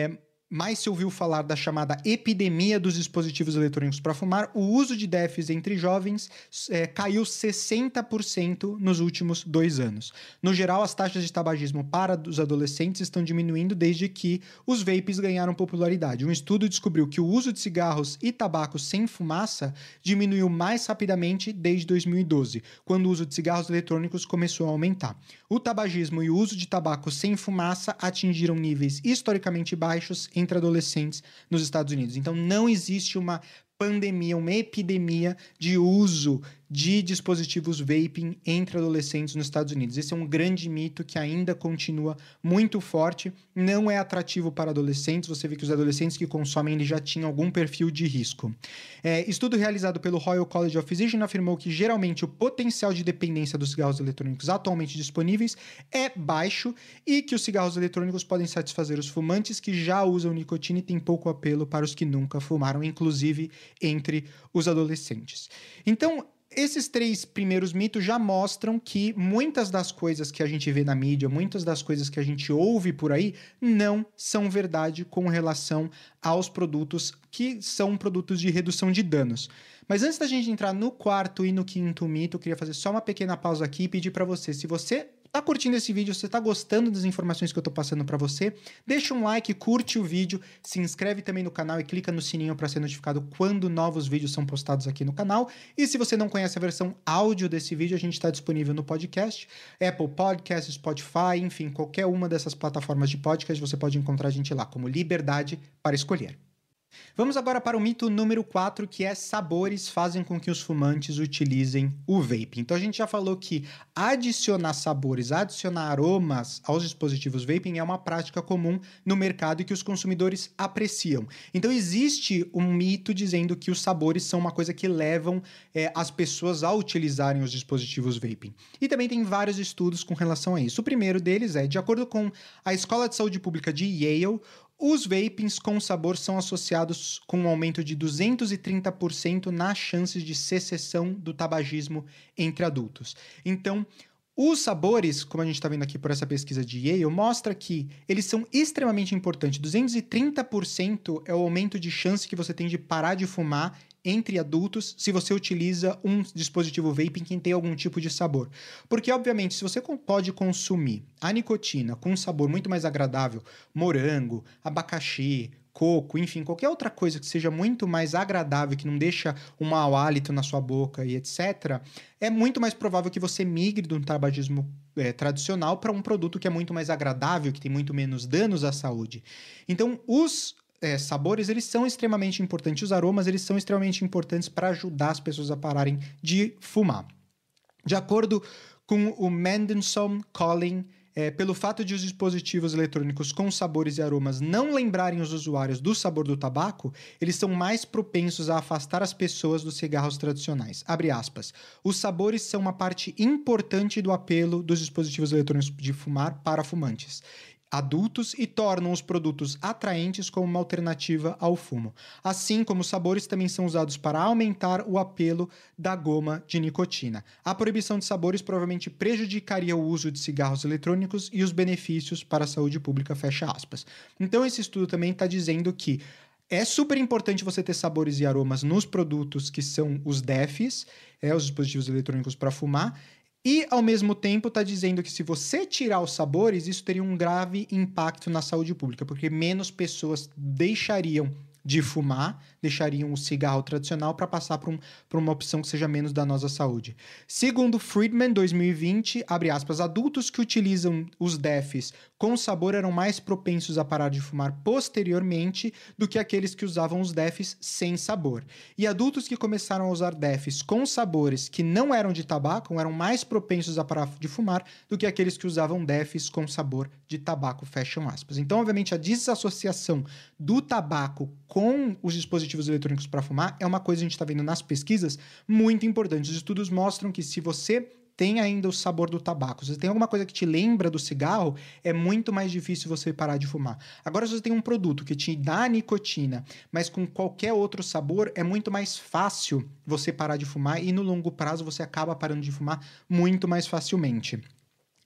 mais se ouviu falar da chamada epidemia dos dispositivos eletrônicos para fumar, o uso de D E Fs entre jovens é, caiu sessenta por cento nos últimos dois anos. No geral, as taxas de tabagismo para os adolescentes estão diminuindo desde que os vapes ganharam popularidade. Um estudo descobriu que o uso de cigarros e tabaco sem fumaça diminuiu mais rapidamente desde dois mil e doze, quando o uso de cigarros eletrônicos começou a aumentar. O tabagismo e o uso de tabaco sem fumaça atingiram níveis historicamente baixos entre adolescentes nos Estados Unidos. Então, não existe uma pandemia, uma epidemia de uso de dispositivos vaping entre adolescentes nos Estados Unidos. Esse é um grande mito que ainda continua muito forte, não é atrativo para adolescentes. Você vê que os adolescentes que consomem eles já tinham algum perfil de risco. É, estudo realizado pelo Royal College of Physicians afirmou que geralmente o potencial de dependência dos cigarros eletrônicos atualmente disponíveis é baixo e que os cigarros eletrônicos podem satisfazer os fumantes que já usam nicotina e tem pouco apelo para os que nunca fumaram, inclusive entre os adolescentes. Então, esses três primeiros mitos já mostram que muitas das coisas que a gente vê na mídia, muitas das coisas que a gente ouve por aí, não são verdade com relação aos produtos que são produtos de redução de danos. Mas antes da gente entrar no quarto e no quinto mito, eu queria fazer só uma pequena pausa aqui e pedir para você, se você tá curtindo esse vídeo, se tá gostando das informações que eu tô passando para você, deixa um like, curte o vídeo, se inscreve também no canal e clica no sininho para ser notificado quando novos vídeos são postados aqui no canal. E se você não conhece a versão áudio desse vídeo, a gente está disponível no podcast, Apple Podcasts, Spotify, enfim, qualquer uma dessas plataformas de podcast, você pode encontrar a gente lá como Liberdade para Escolher. Vamos agora para o mito número quatro, que é sabores fazem com que os fumantes utilizem o vape. Então a gente já falou que adicionar sabores, adicionar aromas aos dispositivos vaping é uma prática comum no mercado e que os consumidores apreciam. Então existe um mito dizendo que os sabores são uma coisa que levam é, as pessoas a utilizarem os dispositivos vaping. E também tem vários estudos com relação a isso. O primeiro deles é, de acordo com a Escola de Saúde Pública de Yale, os vapings com sabor são associados com um aumento de duzentos e trinta por cento nas chances de secessão do tabagismo entre adultos. Então, os sabores, como a gente está vendo aqui por essa pesquisa de Yale, mostra que eles são extremamente importantes. duzentos e trinta por cento é o aumento de chance que você tem de parar de fumar entre adultos se você utiliza um dispositivo vaping que tem algum tipo de sabor. Porque, obviamente, se você pode consumir a nicotina com um sabor muito mais agradável, morango, abacaxi, coco, enfim, qualquer outra coisa que seja muito mais agradável, que não deixa um mau hálito na sua boca e etcétera, é muito mais provável que você migre de um tabagismo é, tradicional para um produto que é muito mais agradável, que tem muito menos danos à saúde. Então, os É, sabores, eles são extremamente importantes. Os aromas, eles são extremamente importantes para ajudar as pessoas a pararem de fumar. De acordo com o Mendelssohn Calling, é, pelo fato de os dispositivos eletrônicos com sabores e aromas não lembrarem os usuários do sabor do tabaco, eles são mais propensos a afastar as pessoas dos cigarros tradicionais. Abre aspas. Os sabores são uma parte importante do apelo dos dispositivos eletrônicos de fumar para fumantes adultos e tornam os produtos atraentes como uma alternativa ao fumo. Assim como os sabores também são usados para aumentar o apelo da goma de nicotina. A proibição de sabores provavelmente prejudicaria o uso de cigarros eletrônicos e os benefícios para a saúde pública, fecha aspas. Então esse estudo também está dizendo que é super importante você ter sabores e aromas nos produtos que são os D E Fs, é, os dispositivos eletrônicos para fumar. E, ao mesmo tempo, está dizendo que se você tirar os sabores, isso teria um grave impacto na saúde pública, porque menos pessoas deixariam de fumar, deixariam o cigarro tradicional para passar para um, uma opção que seja menos danosa à saúde. Segundo Friedman, dois mil e vinte, abre aspas, adultos que utilizam os D E Fs com sabor eram mais propensos a parar de fumar posteriormente do que aqueles que usavam os D E Fs sem sabor. E adultos que começaram a usar D E Fs com sabores que não eram de tabaco eram mais propensos a parar de fumar do que aqueles que usavam D E Fs com sabor de tabaco, fecham aspas. Então, obviamente, a desassociação do tabaco com os dispositivos eletrônicos para fumar é uma coisa que a gente está vendo nas pesquisas muito importante. Os estudos mostram que se você tem ainda o sabor do tabaco, se você tem alguma coisa que te lembra do cigarro, é muito mais difícil você parar de fumar. Agora, se você tem um produto que te dá nicotina, mas com qualquer outro sabor, é muito mais fácil você parar de fumar e no longo prazo você acaba parando de fumar muito mais facilmente.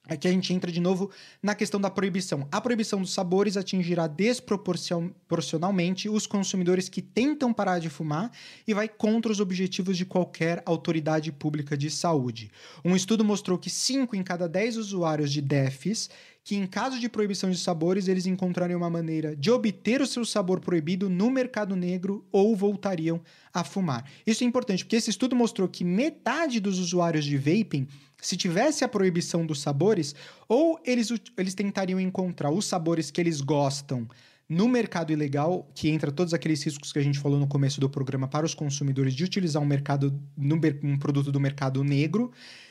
Aqui a gente entra de novo na questão da proibição. A proibição dos sabores atingirá desproporcionalmente os consumidores que tentam parar de fumar e vai contra os objetivos de qualquer autoridade pública de saúde. Um estudo mostrou que cinco em cada dez usuários de D E Fs, que em caso de proibição de sabores, eles encontrariam uma maneira de obter o seu sabor proibido no mercado negro ou voltariam a fumar. Isso é importante, porque esse estudo mostrou que metade dos usuários de vaping, se tivesse a proibição dos sabores, ou eles, eles tentariam encontrar os sabores que eles gostam no mercado ilegal, que entra todos aqueles riscos que a gente falou no começo do programa para os consumidores de utilizar um, mercado, um produto do mercado negro,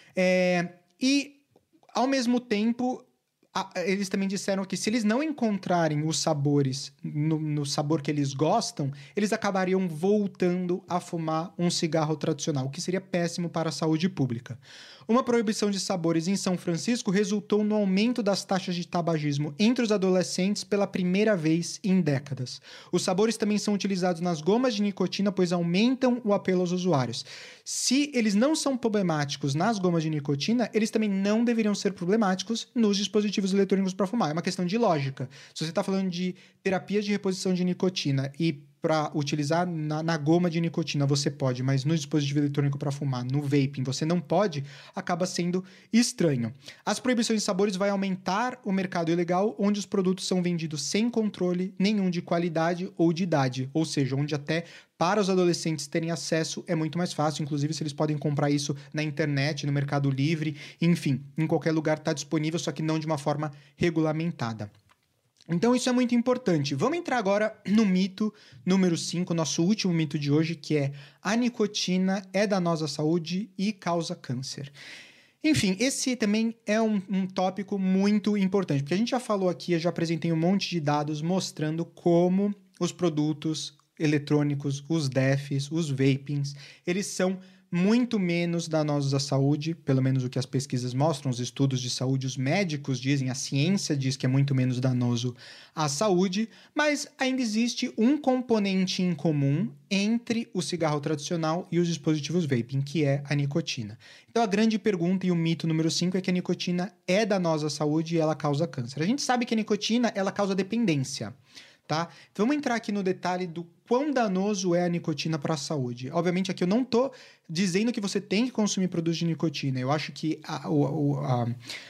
é, e, ao mesmo tempo, eles também disseram que se eles não encontrarem os sabores no, no sabor que eles gostam, eles acabariam voltando a fumar um cigarro tradicional, o que seria péssimo para a saúde pública. Uma proibição de sabores em São Francisco resultou no aumento das taxas de tabagismo entre os adolescentes pela primeira vez em décadas. Os sabores também são utilizados nas gomas de nicotina, pois aumentam o apelo aos usuários. Se eles não são problemáticos nas gomas de nicotina, eles também não deveriam ser problemáticos nos dispositivos eletrônicos para fumar. É uma questão de lógica. Se você está falando de terapias de reposição de nicotina e para utilizar na, na goma de nicotina você pode, mas no dispositivo eletrônico para fumar, no vaping, você não pode, acaba sendo estranho. As proibições de sabores vai aumentar o mercado ilegal, onde os produtos são vendidos sem controle nenhum de qualidade ou de idade, ou seja, onde até para os adolescentes terem acesso é muito mais fácil, inclusive se eles podem comprar isso na internet, no Mercado Livre, enfim, em qualquer lugar está disponível, só que não de uma forma regulamentada. Então isso é muito importante. Vamos entrar agora no mito número cinco, nosso último mito de hoje, que é: a nicotina é danosa à saúde e causa câncer. Enfim, esse também é um, um tópico muito importante, porque a gente já falou aqui, eu já apresentei um monte de dados mostrando como os produtos eletrônicos, os D E Fs, os vapings, eles são muito menos danosos à saúde, pelo menos o que as pesquisas mostram, os estudos de saúde, os médicos dizem, a ciência diz que é muito menos danoso à saúde, mas ainda existe um componente em comum entre o cigarro tradicional e os dispositivos vaping, que é a nicotina. Então a grande pergunta e o mito número cinco é que a nicotina é danosa à saúde e ela causa câncer. A gente sabe que a nicotina, ela causa dependência. Tá? Vamos entrar aqui no detalhe do quão danoso é a nicotina para a saúde. Obviamente, aqui eu não estou dizendo que você tem que consumir produtos de nicotina. Eu acho que a, a, a,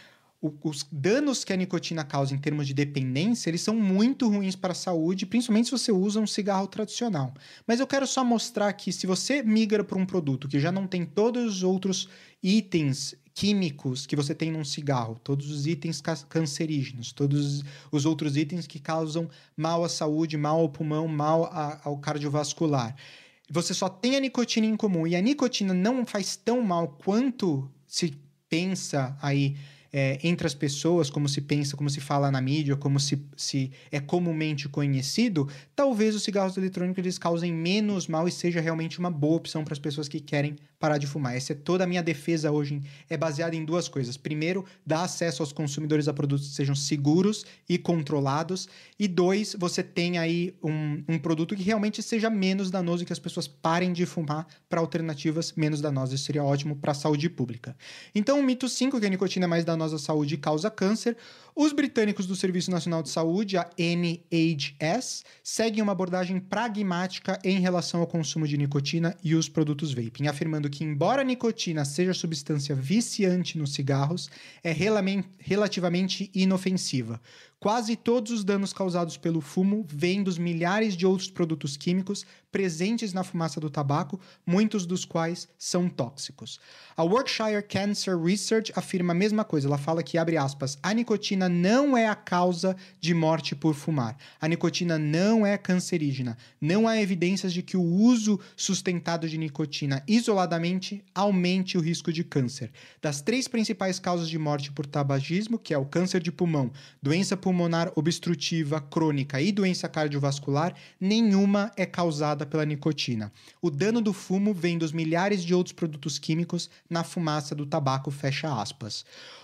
os danos que a nicotina causa em termos de dependência, eles são muito ruins para a saúde, principalmente se você usa um cigarro tradicional. Mas eu quero só mostrar que se você migra para um produto que já não tem todos os outros itens químicos que você tem num cigarro, todos os itens cancerígenos, todos os outros itens que causam mal à saúde, mal ao pulmão, mal a, ao cardiovascular. Você só tem a nicotina em comum, e a nicotina não faz tão mal quanto se pensa aí é, entre as pessoas, como se pensa, como se fala na mídia, como se, se é comumente conhecido. Talvez os cigarros eletrônicos eles causem menos mal e seja realmente uma boa opção para as pessoas que querem parar de fumar. Essa é toda a minha defesa hoje, é baseada em duas coisas. Primeiro, dar acesso aos consumidores a produtos que sejam seguros e controlados. E dois, você tem aí um, um produto que realmente seja menos danoso e que as pessoas parem de fumar para alternativas menos danosas. Isso seria ótimo para a saúde pública. Então, o mito cinco, que a nicotina é mais danosa à saúde e causa câncer. Os britânicos do Serviço Nacional de Saúde, a N H S, seguem uma abordagem pragmática em relação ao consumo de nicotina e os produtos vaping, afirmando que, embora a nicotina seja substância viciante nos cigarros, é relativamente inofensiva. Quase todos os danos causados pelo fumo vêm dos milhares de outros produtos químicos presentes na fumaça do tabaco, muitos dos quais são tóxicos. A Berkshire Cancer Research afirma a mesma coisa. Ela fala que, abre aspas, a nicotina não é a causa de morte por fumar. A nicotina não é cancerígena. Não há evidências de que o uso sustentado de nicotina isoladamente aumente o risco de câncer. Das três principais causas de morte por tabagismo, que é o câncer de pulmão, doença pulmonar obstrutiva crônica e doença cardiovascular, nenhuma é causada pela nicotina. O dano do fumo vem dos milhares de outros produtos químicos na fumaça do tabaco, fecha aspas.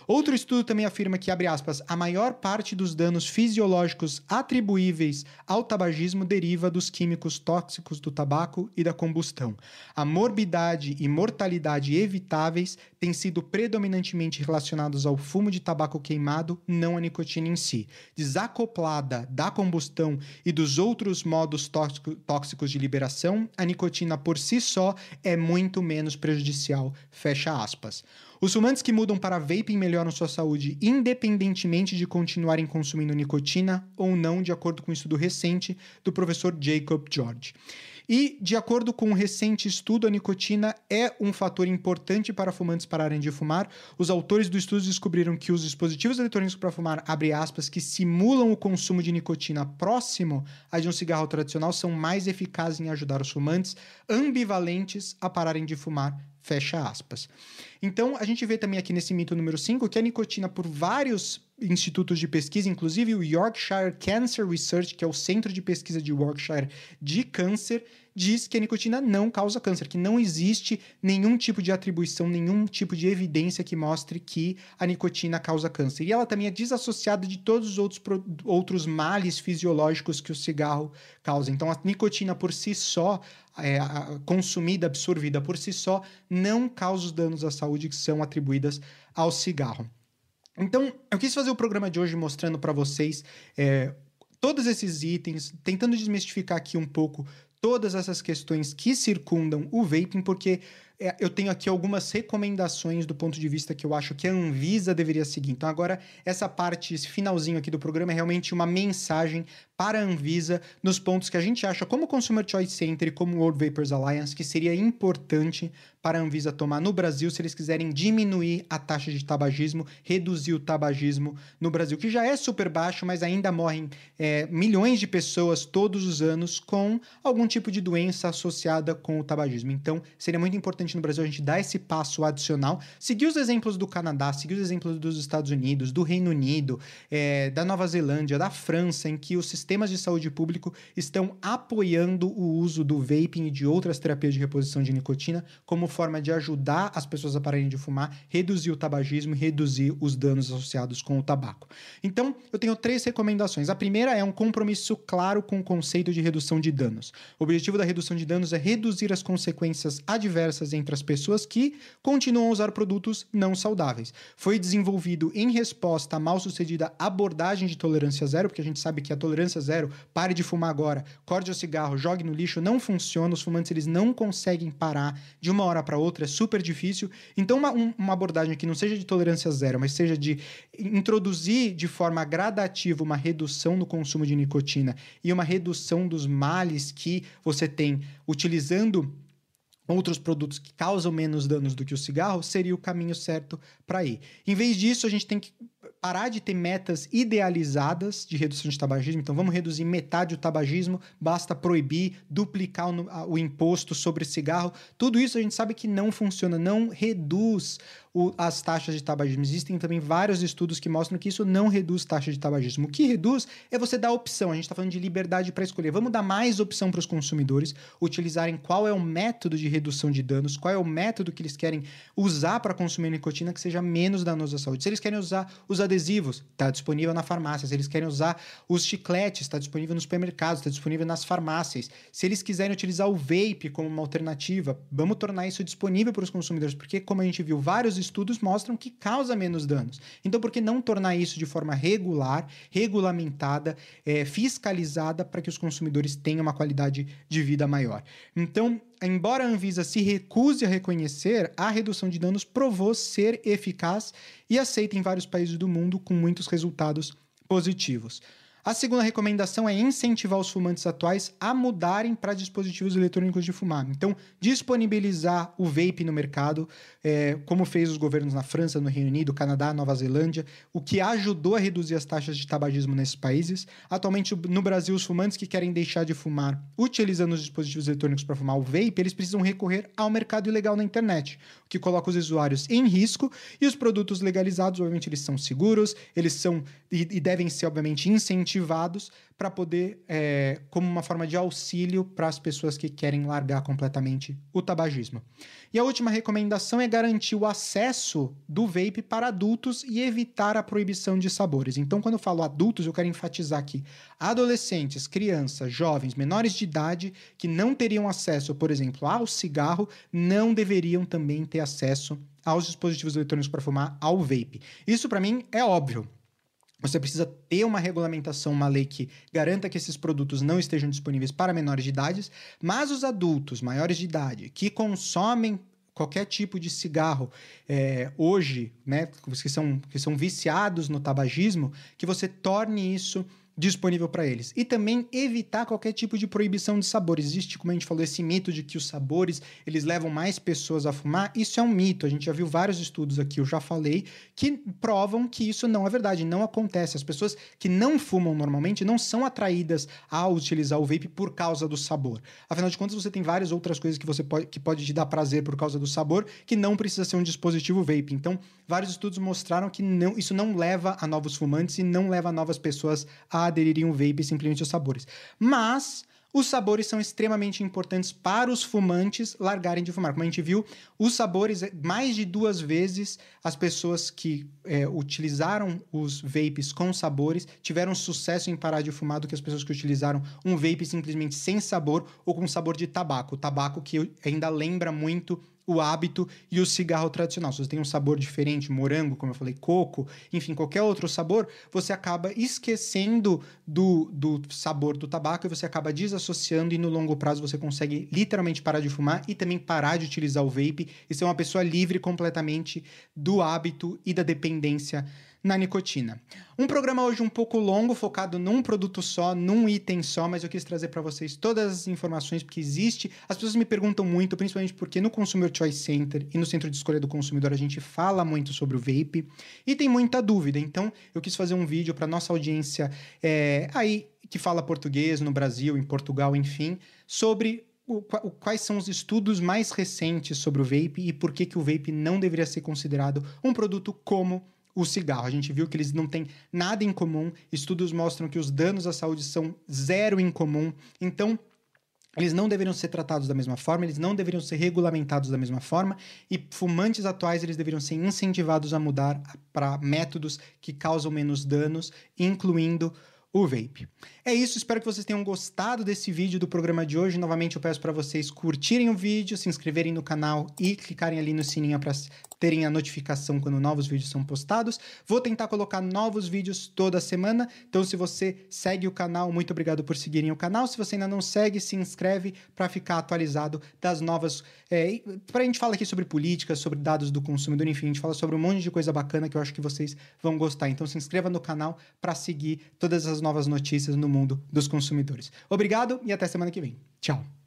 Outro estudo também afirma que, abre aspas, a maior parte dos danos fisiológicos atribuíveis ao tabagismo deriva dos químicos tóxicos do tabaco e da combustão. A morbidade e mortalidade evitáveis têm sido predominantemente relacionados ao fumo de tabaco queimado, não à nicotina em si. Desacoplada da combustão e dos outros modos tóxico, tóxicos de liberação, a nicotina por si só é muito menos prejudicial, fecha aspas. Os fumantes que mudam para vaping melhoram sua saúde independentemente de continuarem consumindo nicotina ou não, de acordo com um estudo recente do professor Jacob George. E, de acordo com um recente estudo, a nicotina é um fator importante para fumantes pararem de fumar. Os autores do estudo descobriram que os dispositivos eletrônicos para fumar, abre aspas, que simulam o consumo de nicotina próximo a de um cigarro tradicional são mais eficazes em ajudar os fumantes ambivalentes a pararem de fumar, fecha aspas. Então, a gente vê também aqui nesse mito número cinco que a nicotina, por vários institutos de pesquisa, inclusive o Yorkshire Cancer Research, que é o centro de pesquisa de Yorkshire de câncer, diz que a nicotina não causa câncer, que não existe nenhum tipo de atribuição, nenhum tipo de evidência que mostre que a nicotina causa câncer. E ela também é desassociada de todos os outros, outros males fisiológicos que o cigarro causa. Então, a nicotina por si só, é, consumida, absorvida por si só, não causa os danos à saúde que são atribuídas ao cigarro. Então, eu quis fazer o programa de hoje mostrando para vocês é, todos esses itens, tentando desmistificar aqui um pouco todas essas questões que circundam o vaping, porque é, eu tenho aqui algumas recomendações do ponto de vista que eu acho que a Anvisa deveria seguir. Então agora, essa parte, esse finalzinho aqui do programa é realmente uma mensagem para a Anvisa nos pontos que a gente acha, como Consumer Choice Center e como World Vapers Alliance, que seria importante para a Anvisa tomar no Brasil se eles quiserem diminuir a taxa de tabagismo, reduzir o tabagismo no Brasil, que já é super baixo, mas ainda morrem é, milhões de pessoas todos os anos com algum tipo de doença associada com o tabagismo. Então, seria muito importante no Brasil a gente dar esse passo adicional, seguir os exemplos do Canadá, seguir os exemplos dos Estados Unidos, do Reino Unido, é, da Nova Zelândia, da França, em que os sistemas de saúde público estão apoiando o uso do vaping e de outras terapias de reposição de nicotina como forma de ajudar as pessoas a pararem de fumar, reduzir o tabagismo e reduzir os danos associados com o tabaco. Então, eu tenho três recomendações. A primeira é um compromisso claro com o conceito de redução de danos. O objetivo da redução de danos é reduzir as consequências adversas entre as pessoas que continuam a usar produtos não saudáveis. Foi desenvolvido em resposta à mal-sucedida abordagem de tolerância zero, porque a gente sabe que a tolerância zero, pare de fumar agora, corte o cigarro, jogue no lixo, não funciona. Os fumantes eles não conseguem parar de uma hora para outra, é super difícil. Então, uma, um, uma abordagem que não seja de tolerância zero, mas seja de introduzir de forma gradativa uma redução no consumo de nicotina e uma redução dos males que você tem utilizando outros produtos que causam menos danos do que o cigarro, seria o caminho certo para ir. Em vez disso, a gente tem que parar de ter metas idealizadas de redução de tabagismo. Então, vamos reduzir metade o tabagismo, basta proibir, duplicar o, o imposto sobre cigarro. Tudo isso a gente sabe que não funciona, não reduz o, as taxas de tabagismo. Existem também vários estudos que mostram que isso não reduz taxa de tabagismo. O que reduz é você dar opção. A gente está falando de liberdade para escolher. Vamos dar mais opção para os consumidores utilizarem qual é o método de redução de danos, qual é o método que eles querem usar para consumir nicotina que seja menos danoso à saúde. Se eles querem usar os adesivos, está disponível na farmácia. Se eles querem usar os chicletes, está disponível nos supermercados, está disponível nas farmácias. Se eles quiserem utilizar o vape como uma alternativa, vamos tornar isso disponível para os consumidores, porque, como a gente viu, vários estudos mostram que causa menos danos. Então, por que não tornar isso de forma regular, regulamentada, é, fiscalizada, para que os consumidores tenham uma qualidade de vida maior? Então, embora a Anvisa se recuse a reconhecer, a redução de danos provou ser eficaz e aceita em vários países do mundo com muitos resultados positivos. A segunda recomendação é incentivar os fumantes atuais a mudarem para dispositivos eletrônicos de fumar. Então, disponibilizar o vape no mercado, é, como fez os governos na França, no Reino Unido, Canadá, Nova Zelândia, o que ajudou a reduzir as taxas de tabagismo nesses países. Atualmente, no Brasil, os fumantes que querem deixar de fumar utilizando os dispositivos eletrônicos para fumar o vape, eles precisam recorrer ao mercado ilegal na internet, o que coloca os usuários em risco, e os produtos legalizados, obviamente, eles são seguros, eles são e, e devem ser, obviamente, incentivados incentivados para poder, é, como uma forma de auxílio para as pessoas que querem largar completamente o tabagismo. E a última recomendação é garantir o acesso do vape para adultos e evitar a proibição de sabores. Então, quando eu falo adultos, eu quero enfatizar aqui adolescentes, crianças, jovens, menores de idade que não teriam acesso, por exemplo, ao cigarro, não deveriam também ter acesso aos dispositivos eletrônicos para fumar, ao vape. Isso, para mim, é óbvio. Você precisa ter uma regulamentação, uma lei que garanta que esses produtos não estejam disponíveis para menores de idade, mas os adultos maiores de idade que consomem qualquer tipo de cigarro é, hoje, né, que são, que são viciados no tabagismo, que você torne isso disponível para eles. E também evitar qualquer tipo de proibição de sabores. Existe, como a gente falou, esse mito de que os sabores, eles levam mais pessoas a fumar. Isso é um mito. A gente já viu vários estudos aqui, eu já falei, que provam que isso não é verdade, não acontece. As pessoas que não fumam normalmente não são atraídas a utilizar o vape por causa do sabor. Afinal de contas, você tem várias outras coisas que você pode, que pode te dar prazer por causa do sabor, que não precisa ser um dispositivo vape. Então, vários estudos mostraram que não, isso não leva a novos fumantes e não leva a novas pessoas a adeririam o vape simplesmente os sabores. Mas os sabores são extremamente importantes para os fumantes largarem de fumar. Como a gente viu, os sabores, mais de duas vezes as pessoas que é, utilizaram os vapes com sabores tiveram sucesso em parar de fumar do que as pessoas que utilizaram um vape simplesmente sem sabor ou com sabor de tabaco. O tabaco que ainda lembra muito o hábito e o cigarro tradicional. Se você tem um sabor diferente, morango, como eu falei, coco, enfim, qualquer outro sabor, você acaba esquecendo do, do sabor do tabaco e você acaba desassociando e no longo prazo você consegue literalmente parar de fumar e também parar de utilizar o vape e ser uma pessoa livre completamente do hábito e da dependência na nicotina. Um programa hoje um pouco longo, focado num produto só, num item só, mas eu quis trazer para vocês todas as informações porque existe. As pessoas me perguntam muito, principalmente porque no Consumer Choice Center e no Centro de Escolha do Consumidor a gente fala muito sobre o vape e tem muita dúvida. Então eu quis fazer um vídeo para nossa audiência é, aí que fala português no Brasil, em Portugal, enfim, sobre o, quais são os estudos mais recentes sobre o vape e por que que o vape não deveria ser considerado um produto como o cigarro. A gente viu que eles não têm nada em comum, estudos mostram que os danos à saúde são zero em comum, então eles não deveriam ser tratados da mesma forma, eles não deveriam ser regulamentados da mesma forma e fumantes atuais eles deveriam ser incentivados a mudar para métodos que causam menos danos, incluindo o vape. É isso, espero que vocês tenham gostado desse vídeo do programa de hoje. Novamente eu peço para vocês curtirem o vídeo, se inscreverem no canal e clicarem ali no sininho para terem a notificação quando novos vídeos são postados. Vou tentar colocar novos vídeos toda semana, então se você segue o canal, muito obrigado por seguirem o canal. Se você ainda não segue, se inscreve para ficar atualizado das novas... É, para a gente falar aqui sobre política, sobre dados do consumidor, enfim, a gente fala sobre um monte de coisa bacana que eu acho que vocês vão gostar. Então se inscreva no canal para seguir todas as novas notícias no mundo dos consumidores. Obrigado e até semana que vem. Tchau!